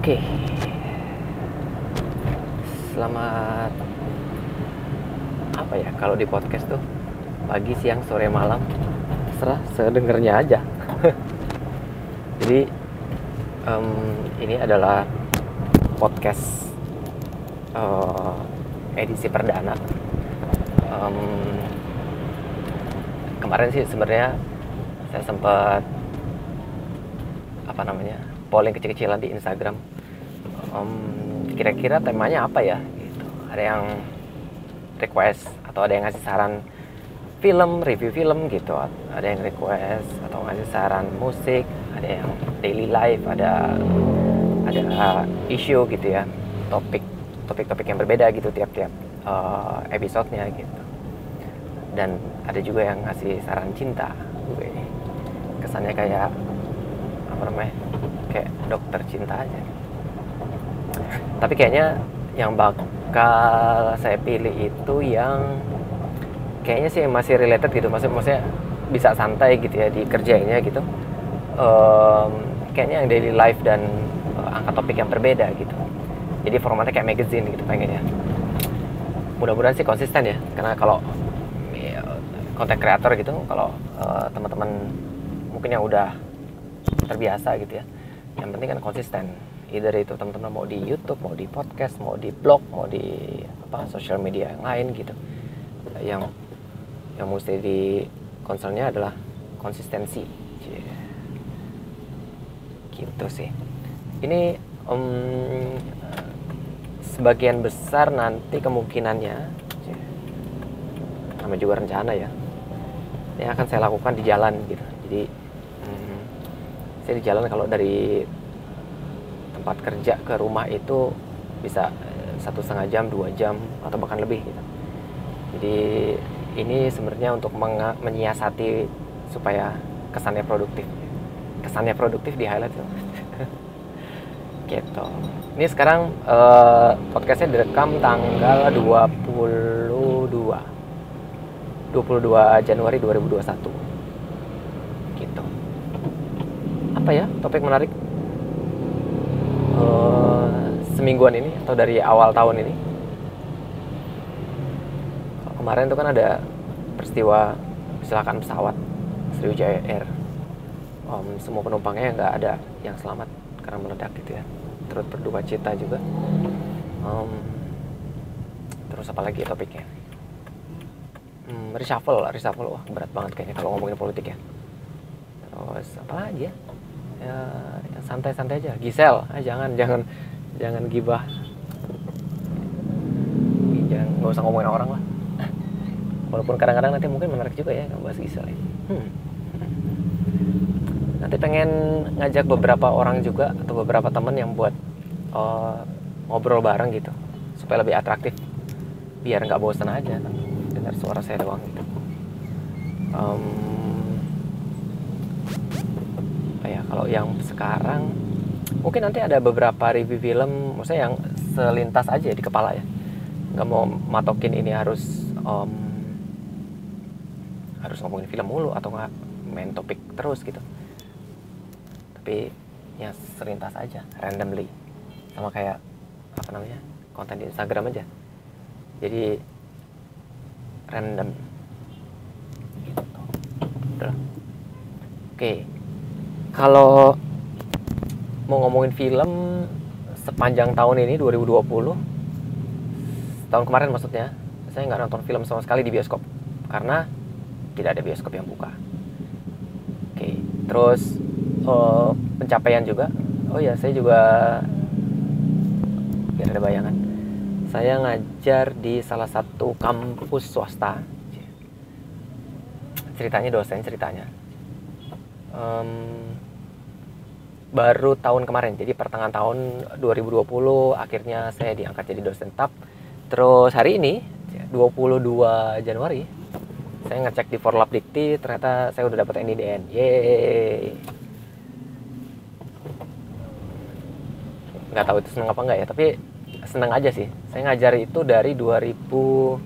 Oke, selamat apa ya kalau di podcast tuh pagi, siang, sore, malam, serah sedengernya aja. Jadi ini adalah podcast edisi perdana. Kemarin sih sebenarnya saya sempat polling kecil-kecilan di Instagram. Kira-kira temanya apa ya? Gitu. Ada yang request atau ada yang ngasih saran film, review film gitu. Ada yang request atau ngasih saran musik, ada yang daily life, ada isu gitu ya. Topik-topik yang berbeda gitu tiap-tiap episodenya gitu. Dan ada juga yang ngasih saran cinta. Kesannya kayak kayak dokter cinta aja. Tapi kayaknya yang bakal saya pilih itu yang kayaknya sih masih related gitu, maksudnya bisa santai gitu ya dikerjainnya gitu. Kayaknya yang daily life dan angkat topik yang berbeda gitu. Jadi formatnya kayak magazine gitu pengennya. Mudah-mudahan sih konsisten ya, karena kalau content creator gitu, kalau teman-teman mungkin yang udah terbiasa gitu ya, yang penting kan konsisten. Either itu teman-teman mau di YouTube, mau di podcast, mau di blog, mau di sosial media yang lain gitu. Yang mesti di concernnya adalah konsistensi. Gitu sih. Ini sebagian besar nanti kemungkinannya, namanya juga rencana ya, yang akan saya lakukan di jalan gitu. Jadi saya di jalan, kalau dari tempat kerja ke rumah itu bisa 1,5 jam, 2 jam atau bahkan lebih gitu. Jadi ini sebenarnya untuk menyiasati supaya kesannya produktif di highlight tuh. Gitu. Ini sekarang podcastnya direkam tanggal 22 Januari 2021 gitu. Apa ya topik menarik semingguan ini atau dari awal tahun ini? Kemarin tuh kan ada peristiwa kecelakaan pesawat Sriwijaya Air. Semua penumpangnya nggak ada yang selamat karena meledak gitu ya. Terus berduka cita juga. Terus apa lagi topiknya? Reshuffle, wah berat banget kayaknya kalau ngomongin politik ya. Terus apa lagi ya? Ya yang santai-santai aja. Gisel, jangan gibah. Nggak usah ngomongin orang lah. Walaupun kadang-kadang nanti mungkin menarik juga ya ngebahas Gisel ya. Nanti pengen ngajak beberapa orang juga atau beberapa teman yang buat ngobrol bareng gitu, supaya lebih atraktif, biar nggak bosan aja dengar suara saya doang gitu. Kalau yang sekarang mungkin nanti ada beberapa review film, maksudnya yang selintas aja di kepala ya, nggak mau matokin ini harus ngomongin film mulu atau nggak main topik terus gitu, tapi ya selintas aja randomly, sama kayak konten di Instagram aja, jadi random gitu. Udah. Oke. Kalau mau ngomongin film sepanjang tahun ini 2020, tahun kemarin maksudnya, saya nggak nonton film sama sekali di bioskop karena tidak ada bioskop yang buka. Oke, terus pencapaian juga. Oh ya, saya juga biar ada bayangan, saya ngajar di salah satu kampus swasta. Dosen ceritanya. Baru tahun kemarin, jadi pertengahan tahun 2020 akhirnya saya diangkat jadi dosen tetap. Terus hari ini 22 Januari saya ngecek di Forlab Dikti, ternyata saya udah dapat NIDN. Yeay. Nggak tahu itu seneng apa enggak ya, tapi seneng aja sih. Saya ngajar itu dari 2009,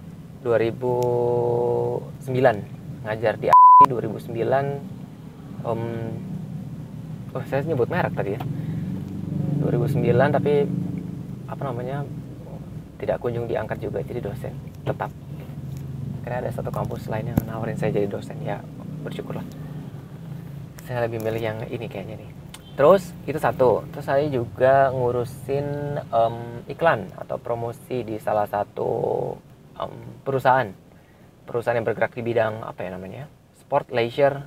ngajar di 2009. Saya nyebut merek tadi ya. 2009 tapi apa namanya tidak kunjung diangkat juga jadi dosen tetap. Karena ada satu kampus lain yang nawarin saya jadi dosen, ya bersyukurlah. Saya lebih milih yang ini kayaknya nih. Terus itu satu. Terus saya juga ngurusin iklan atau promosi di salah satu perusahaan yang bergerak di bidang apa ya namanya, sport leisure.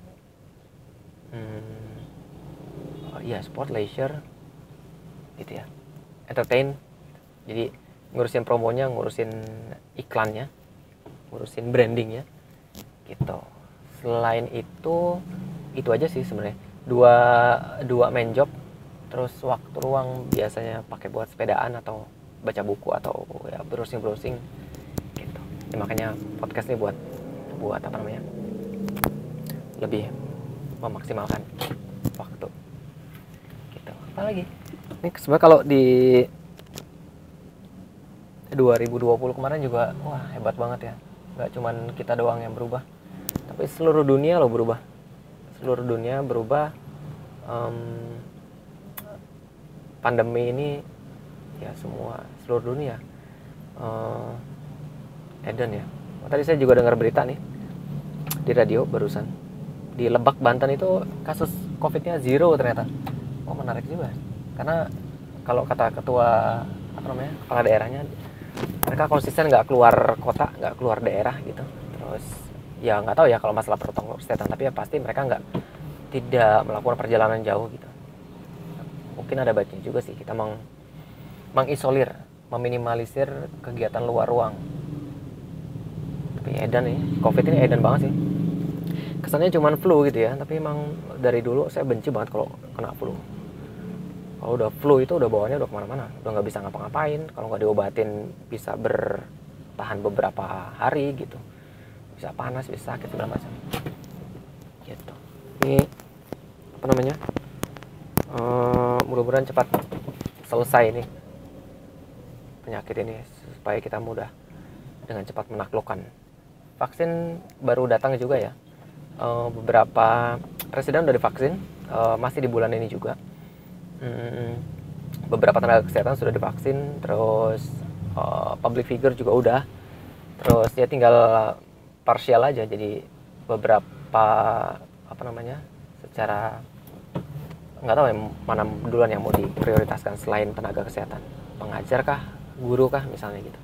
Sport leisure gitu ya, entertain. Jadi ngurusin promonya, ngurusin iklannya, ngurusin brandingnya gitu. Selain itu aja sih sebenarnya. Dua main job. Terus waktu ruang biasanya pakai buat sepedaan atau baca buku atau ya browsing gitu. Ya, makanya podcast ini buat apa namanya, lebih memaksimalkan waktu gitu. Apalagi ini sebenarnya kalau di 2020 kemarin juga wah hebat banget ya. Nggak cuman kita doang yang berubah, tapi seluruh dunia loh berubah. Seluruh dunia berubah. Pandemi ini ya seluruh dunia. Eden ya. Tadi saya juga dengar berita nih di radio barusan. Di Lebak, Banten itu kasus COVID-nya 0 ternyata. Oh menarik juga. Karena kalau kata ketua kepala daerahnya, mereka konsisten nggak keluar kota, nggak keluar daerah gitu. Terus ya nggak tahu ya kalau masalah protokol kesehatan, tapi ya pasti mereka tidak melakukan perjalanan jauh gitu. Mungkin ada baiknya juga sih kita mengisolir, meminimalisir kegiatan luar ruang. Tapi edan nih, COVID ini edan banget sih. Kesannya cuman flu gitu ya, tapi emang dari dulu saya benci banget kalau kena flu. Kalau udah flu itu udah bawaannya udah kemana-mana, udah nggak bisa ngapa-ngapain. Kalau nggak diobatin bisa bertahan beberapa hari gitu, bisa panas, bisa sakit segala macam gitu. Ini apa namanya, mudah-mudahan cepat selesai ini penyakit ini supaya kita mudah dengan cepat menaklukkan. Vaksin baru datang juga ya, beberapa presiden udah divaksin, masih di bulan ini juga. Beberapa tenaga kesehatan sudah divaksin, terus public figure juga udah, terus ya tinggal parsial aja. Jadi beberapa apa namanya, secara nggak tahu ya mana duluan yang mau diprioritaskan selain tenaga kesehatan, pengajar kah, guru kah misalnya gitu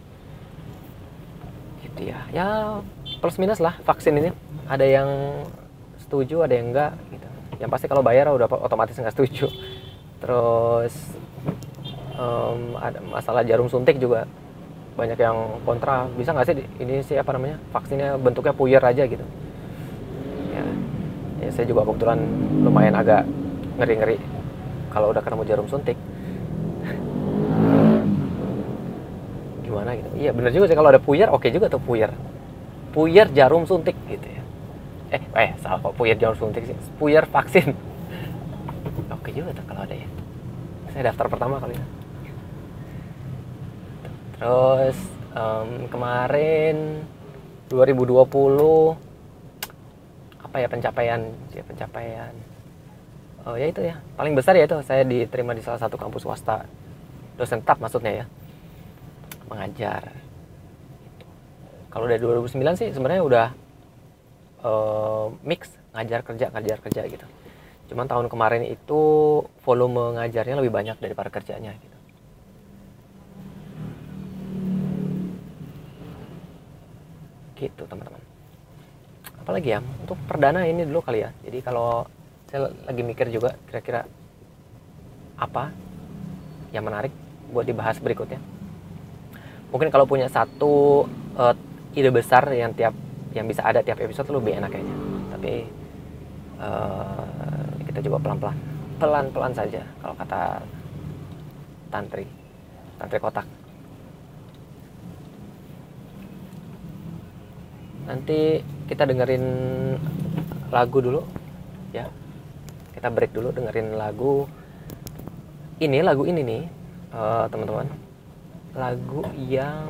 ya plus minus lah vaksin ini. Ada yang setuju, ada yang enggak gitu. Yang pasti kalau bayar udah otomatis nggak setuju. Terus ada masalah jarum suntik juga banyak yang kontra. Bisa nggak sih ini sih apa namanya, vaksinnya bentuknya puyer aja gitu ya saya juga kebetulan lumayan agak ngeri kalau udah ketemu jarum suntik. Gimana gitu. Iya bener juga sih, kalau ada puyer oke juga tuh, puyer jarum suntik gitu ya. Salah kok, puyer jarum suntik sih, puyer vaksin. Oke juga tuh kalau ada ya. Saya daftar pertama kali ya. Terus kemarin 2020 apa ya pencapaian ya itu ya paling besar ya itu saya diterima di salah satu kampus swasta, dosen tetap maksudnya ya, mengajar. Kalau dari 2009 sih sebenarnya udah mix ngajar kerja gitu. Cuman tahun kemarin itu volume ngajarnya lebih banyak daripada kerjanya gitu. Gitu teman-teman. Apalagi ya untuk perdana ini dulu kali ya. Jadi kalau saya lagi mikir juga kira-kira apa yang menarik buat dibahas berikutnya. Mungkin kalau punya satu ide besar yang bisa ada tiap episode lebih enak kayaknya. Tapi kita coba pelan-pelan saja kalau kata tantri kotak. Nanti kita dengerin lagu dulu ya. Kita break dulu dengerin lagu ini nih teman-teman. Lagu yang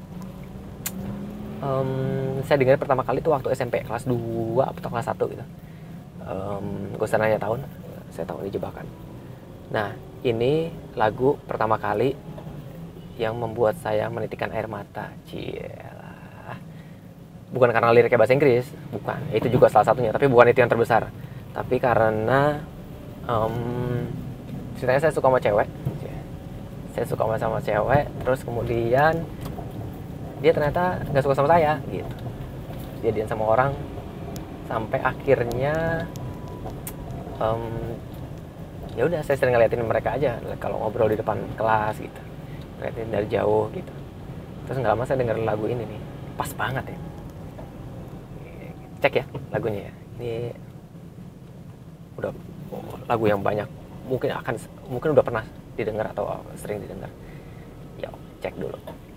saya dengar pertama kali itu waktu SMP kelas 2 atau kelas 1 gitu. Gak usah nanya tahun, saya tahu ini jebakan. Nah, ini lagu pertama kali yang membuat saya menitikkan air mata. Cielah. Bukan karena liriknya bahasa Inggris, bukan. Itu juga salah satunya, tapi bukan itu yang terbesar. Tapi karena ceritanya saya suka sama cewek. Saya suka sama cewek, terus kemudian dia ternyata nggak suka sama saya, gitu. Jadian sama orang, sampai akhirnya ya udah saya sering ngeliatin mereka aja kalau ngobrol di depan kelas gitu, ngeliatin dari jauh gitu. Terus nggak lama saya dengerin lagu ini nih, pas banget ya. Cek ya lagunya ya, ini udah lagu yang banyak mungkin udah pernah didengar atau sering didengar. Yuk cek dulu.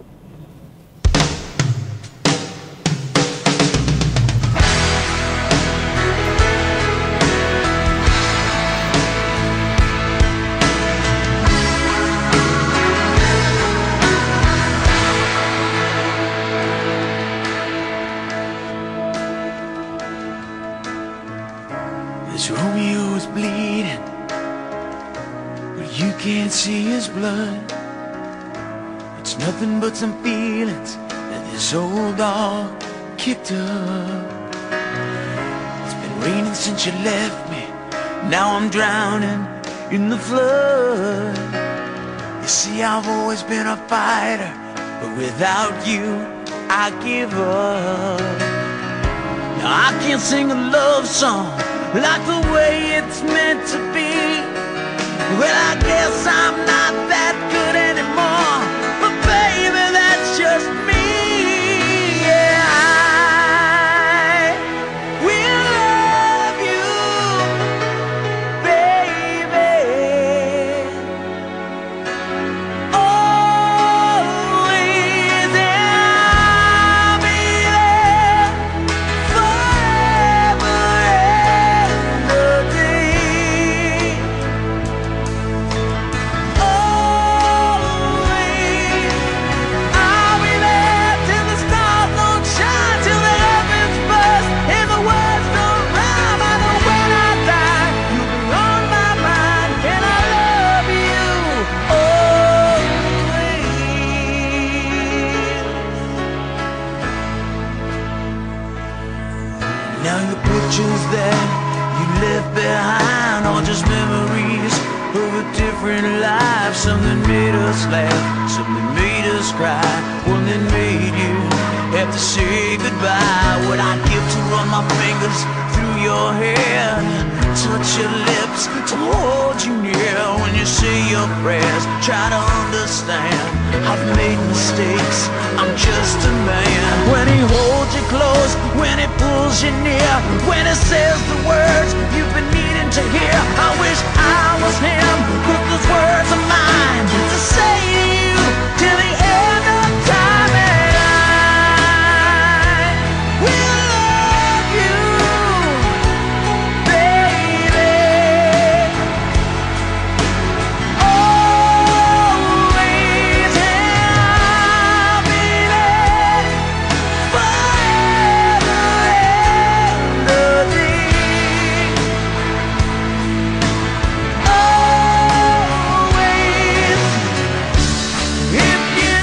This Romeo is bleeding, but you can't see his blood. It's nothing but some feelings that this old dog kicked up. It's been raining since you left me, now I'm drowning in the flood. You see, I've always been a fighter, but without you, I give up. Now I can't sing a love song like the way it's meant to be. Well, I guess I'm not that good anymore, but baby, that's just me. Yeah, I will love you, baby, always, and I'll be there forever. Now your pictures that you left behind are just memories of a different life. Something made us laugh, something made us cry, one that made you have to say goodbye. What I'd give to run my fingers through your hair, touch your lips, to hold you near. When you say your prayers, try to understand, I've made mistakes, I'm just a man. When he holds you close, when he pulls you near, when he says the words you've been needing to hear, I wish I was him, but those words are mine to say to you till the end of time. And I will love you, baby, always, and I'll be there forever and a day. Always, if you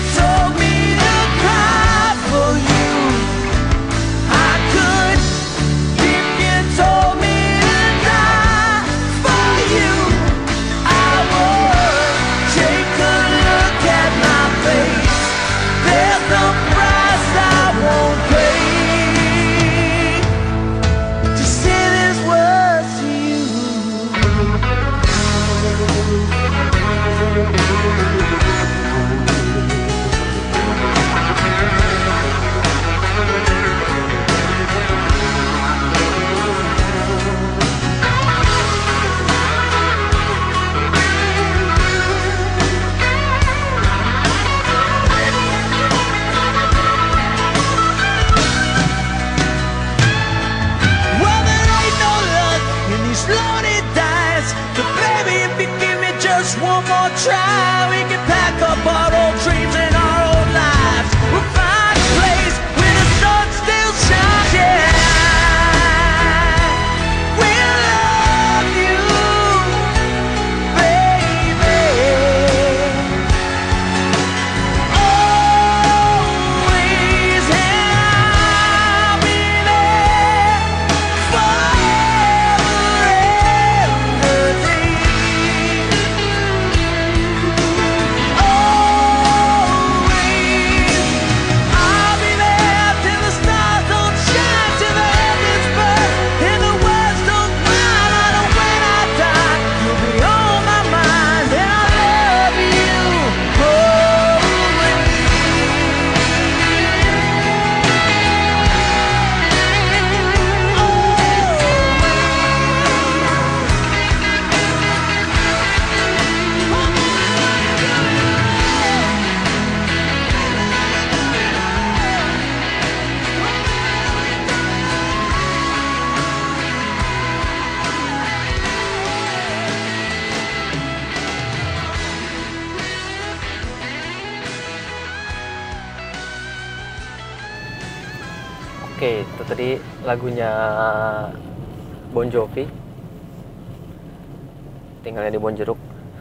Oke, itu tadi lagunya Bon Jovi, tinggalnya di Bon Jeruk,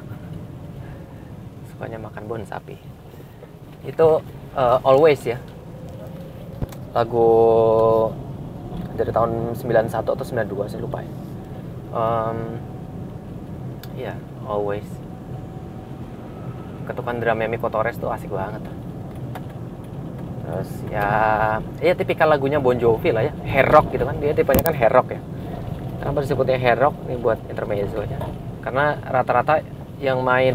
sukanya makan bon sapi. Itu Always ya, lagu dari tahun 91 atau 92 saya lupa ya. Ya, Always. Ketukan drumnya Miko Torres tuh asik banget. Terus ya tipikal lagunya Bon Jovi lah ya, hair rock gitu kan, dia tipenya kan hair rock ya. Kenapa disebutnya hair rock? Ini buat intermezzo aja. Karena rata-rata yang main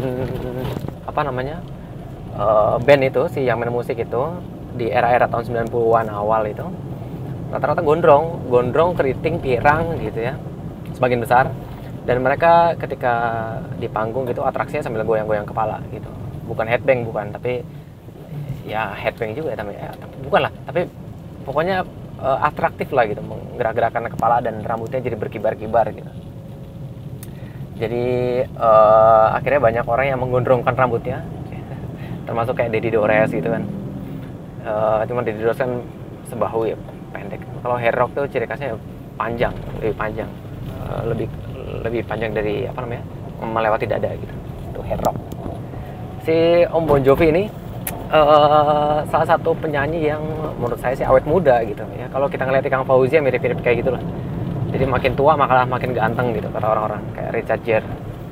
band itu, si yang main musik itu di era-era tahun 90-an awal itu rata-rata gondrong, keriting, pirang gitu ya, sebagian besar. Dan mereka ketika di panggung gitu atraksinya sambil goyang-goyang kepala gitu. Bukan headbang, bukan, tapi ya headbang juga ya namanya. Bukan lah, tapi pokoknya atraktif lah gitu, menggerak-gerakkan kepala dan rambutnya jadi berkibar-kibar gitu. Jadi akhirnya banyak orang yang menggondrongkan rambutnya, termasuk kayak Deddy Dores gitu kan. Cuman Deddy Dores kan sebahu ya, pendek. Kalau hair rock tuh ciri khasnya panjang, lebih panjang, lebih panjang dari melewati dada gitu. Itu hair rock. Si Om Bon Jovi ini salah satu penyanyi yang menurut saya sih awet muda gitu ya. Kalau kita ngeliat Kang Fauzi mirip-mirip kayak gitulah. Jadi makin tua malah makin ganteng gitu kata orang-orang, kayak Richard Gere.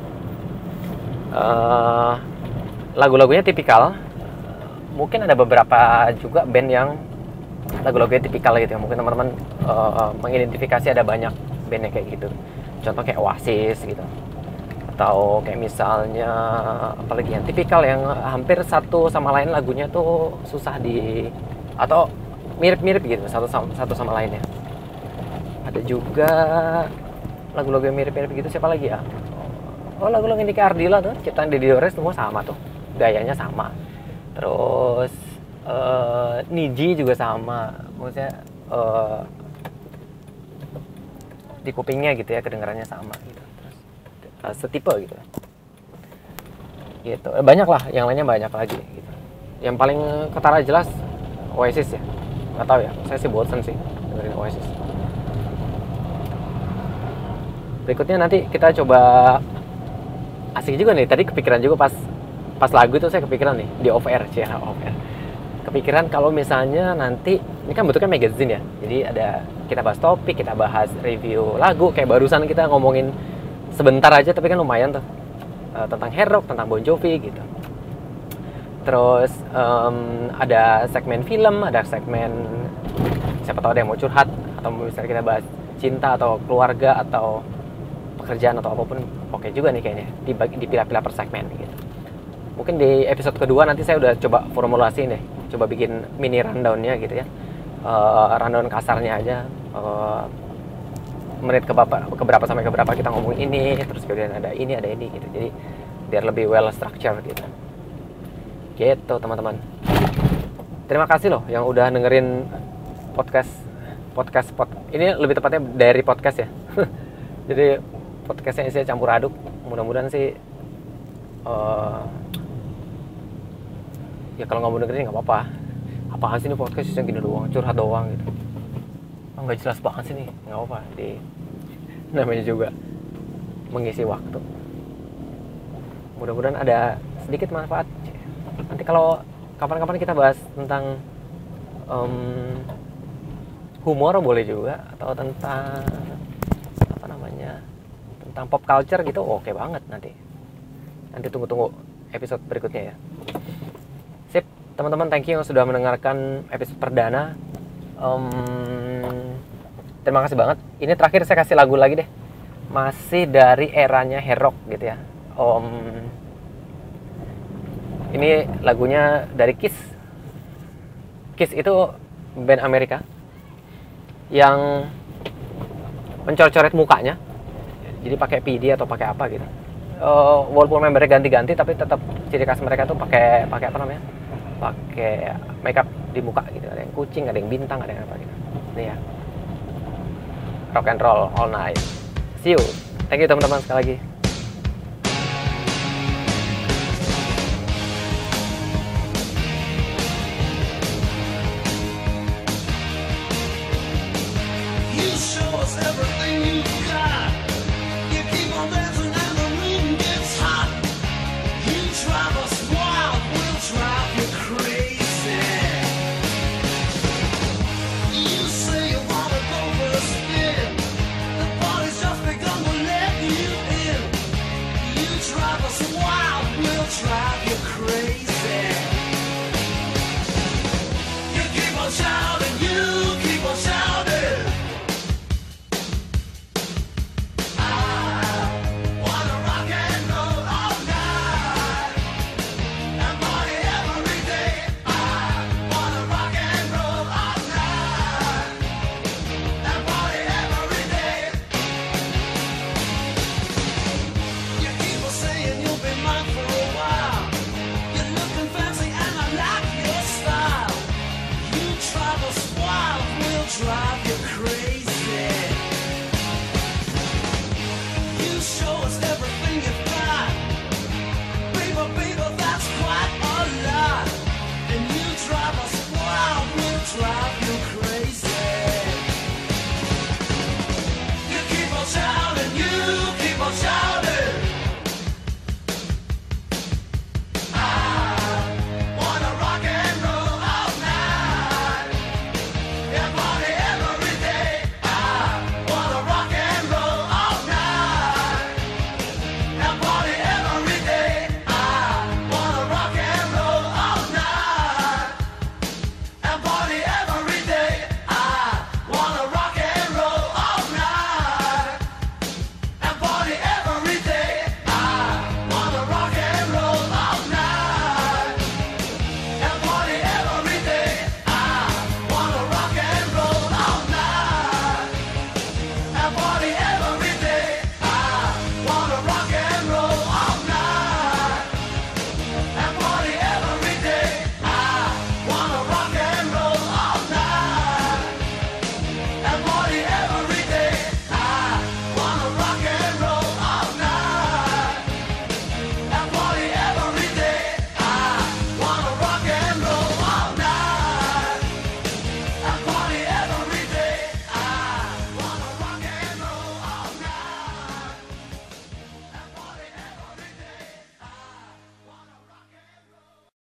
Lagu-lagunya tipikal. Mungkin ada beberapa juga band yang lagu-lagunya tipikal gitu ya. Mungkin teman-teman mengidentifikasi ada banyak band yang kayak gitu. Contoh kayak Oasis gitu. Atau kayak misalnya apalagi yang tipikal yang hampir satu sama lain lagunya tuh susah atau mirip-mirip gitu satu sama lainnya. Ada juga lagu-lagu yang mirip-mirip gitu, siapa lagi ya? Oh, lagu-lagu Niki Ardila tuh ciptaan Deddy Dores semua sama tuh, gayanya sama. Terus Niji juga sama, maksudnya di kupingnya gitu ya kedengarannya sama gitu. Setipe gitu. Gitu. Banyak lah, yang lainnya banyak lagi gitu. Yang paling ketara jelas Oasis ya. Enggak tahu ya, saya sih bosan sih dengerin Oasis. Berikutnya nanti kita coba, asik juga nih, tadi kepikiran juga pas lagu itu saya kepikiran nih di off air. Kepikiran kalau misalnya nanti ini kan bentuknya magazine ya. Jadi kita bahas topik, kita bahas review lagu kayak barusan kita ngomongin sebentar aja tapi kan lumayan tuh tentang hair rock, tentang Bon Jovi gitu. Terus ada segmen film, ada segmen siapa tahu ada yang mau curhat atau misalnya kita bahas cinta atau keluarga atau pekerjaan atau apapun, oke juga nih kayaknya dipilah-pilah per segmen gitu. Mungkin di episode kedua nanti saya udah coba formulasi nih, coba bikin mini rundown-nya gitu ya, rundown kasarnya aja, menit keberapa sampai keberapa kita ngomongin ini, terus kemudian ada ini gitu, jadi biar lebih well structured gitu teman-teman. Terima kasih loh yang udah dengerin podcast ini, lebih tepatnya dari podcast ya. Jadi podcastnya saya campur aduk, mudah-mudahan sih ya kalau nggak mau dengerin nggak apa-apa. Apaan sih ini podcast yang gini doang, curhat doang gitu, nggak jelas banget sih nih, nggak apa-apa, namanya juga mengisi waktu. Mudah-mudahan ada sedikit manfaat. Nanti kalau kapan-kapan kita bahas tentang humor boleh juga, atau tentang tentang pop culture gitu, oke banget. Nanti tunggu episode berikutnya ya. Sip teman-teman, thank you yang sudah mendengarkan episode perdana. Terima kasih banget. Ini terakhir saya kasih lagu lagi deh, masih dari eranya hair rock gitu ya. Ini lagunya dari Kiss. Kiss itu band Amerika yang mencoret-coret mukanya, jadi pakai PD atau pakai apa gitu. Walaupun membernya ganti-ganti, tapi tetap ciri khas mereka tuh pakai pakai makeup di muka gitu. Ada yang kucing, ada yang bintang, ada yang apa gitu. Ini ya, rock and roll all night. See you. Thank you teman-teman sekali lagi. drive you crazy.